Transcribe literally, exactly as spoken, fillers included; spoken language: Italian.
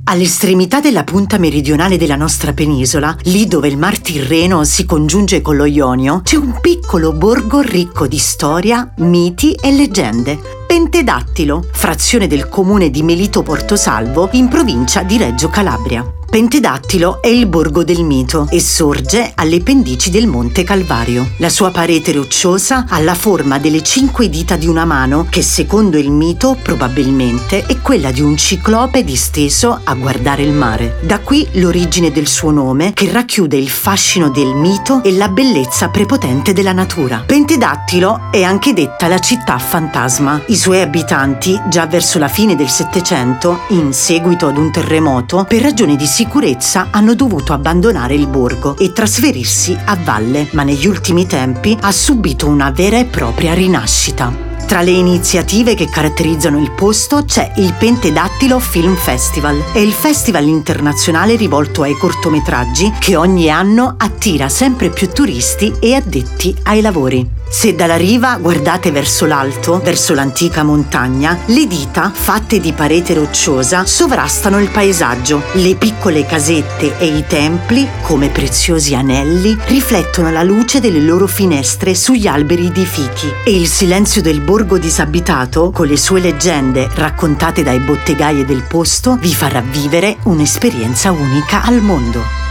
All'estremità della punta meridionale della nostra penisola, lì dove il Mar Tirreno si congiunge con lo Ionio, c'è un piccolo borgo ricco di storia, miti e leggende. Pentedattilo, frazione del comune di Melito Portosalvo, in provincia di Reggio Calabria. Pentedattilo è il borgo del mito e sorge alle pendici del Monte Calvario. La sua parete rocciosa ha la forma delle cinque dita di una mano che, secondo il mito, probabilmente è quella di un ciclope disteso a guardare il mare. Da qui l'origine del suo nome, che racchiude il fascino del mito e la bellezza prepotente della natura. Pentedattilo è anche detta la città fantasma. I suoi abitanti, già verso la fine del Settecento, in seguito ad un terremoto, per ragioni di sicurezza hanno dovuto abbandonare il borgo e trasferirsi a valle, ma negli ultimi tempi ha subito una vera e propria rinascita. Tra le iniziative che caratterizzano il posto c'è il Pentedattilo Film Festival. È il festival internazionale rivolto ai cortometraggi che ogni anno attira sempre più turisti e addetti ai lavori. Se dalla riva guardate verso l'alto, verso l'antica montagna, le dita, fatte di parete rocciosa, sovrastano il paesaggio. Le piccole casette e i templi, come preziosi anelli, riflettono la luce delle loro finestre sugli alberi di fichi. E il silenzio del borgo disabitato, con le sue leggende raccontate dai bottegai del posto, vi farà vivere un'esperienza unica al mondo.